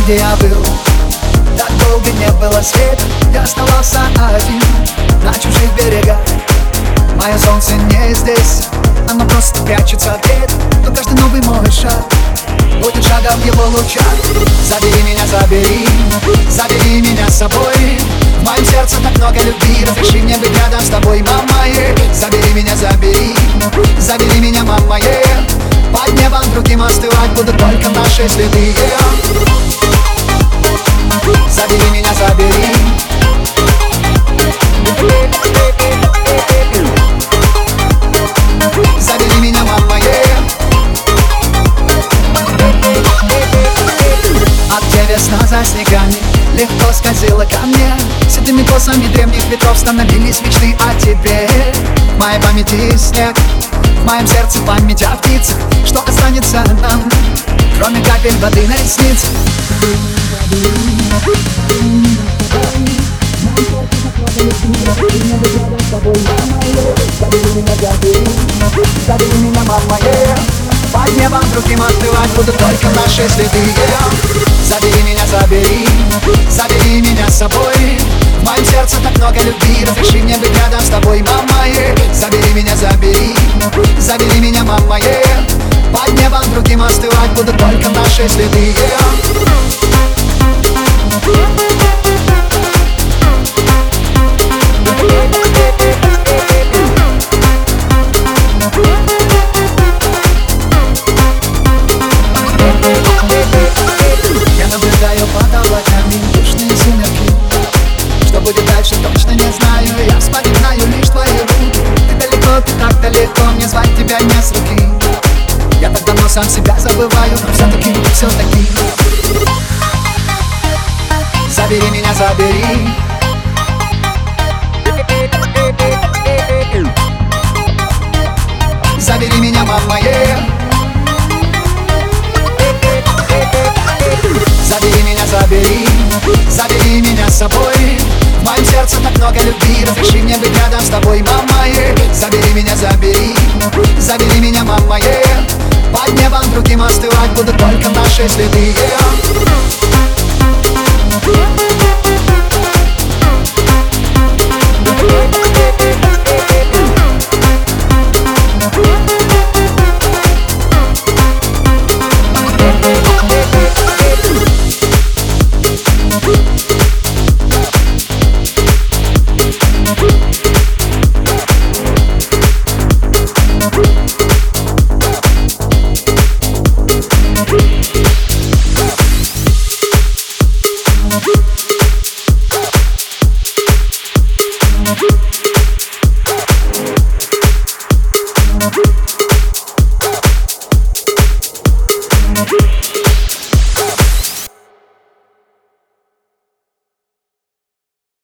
где я был. Так долго не было света, я оставался один на чужих берегах. Мое солнце не здесь, оно просто прячется где-то. Но каждый новый мой шаг будет шагом в его лучах. Забери меня, забери меня с собой. В моем сердце так много любви, разреши мне быть рядом с тобой, мама. Забери меня, забери меня, мама. Под небом другим остывать будут только наши следы. Забери меня, забери. Забери меня, мама. А где весна за снегами легко скользила ко мне. Седыми косами древних ветров становились мечты о тебе. В моей памяти снег, в моем сердце память о птицах. Что останется нам, кроме капель воды на ресницах? Забери меня, мама. Под небом другим остывать будут только наши следы. Забери меня, забери меня с собой. В моем сердце так много любви, разреши мне быть рядом с тобой, мама. Забери меня, забери меня, мама. Под небом другим остывать будут только наши следы. Я наблюдаю под облаками душные сумерки. Что будет дальше, точно не знаю. Я вспоминаю лишь твои руки. Ты далеко, ты так далеко, мне звать тебя не с руки. Я так давно сам себя забываю, но все-таки. Забери меня, забери. Забери меня, мама. Забери меня, забери меня с собой. В моем сердце так много любви, разреши мне быть рядом с тобой, мама. Забери меня, забери меня, мама. Под небом другим остывать будут только наши следы. We'll be right back.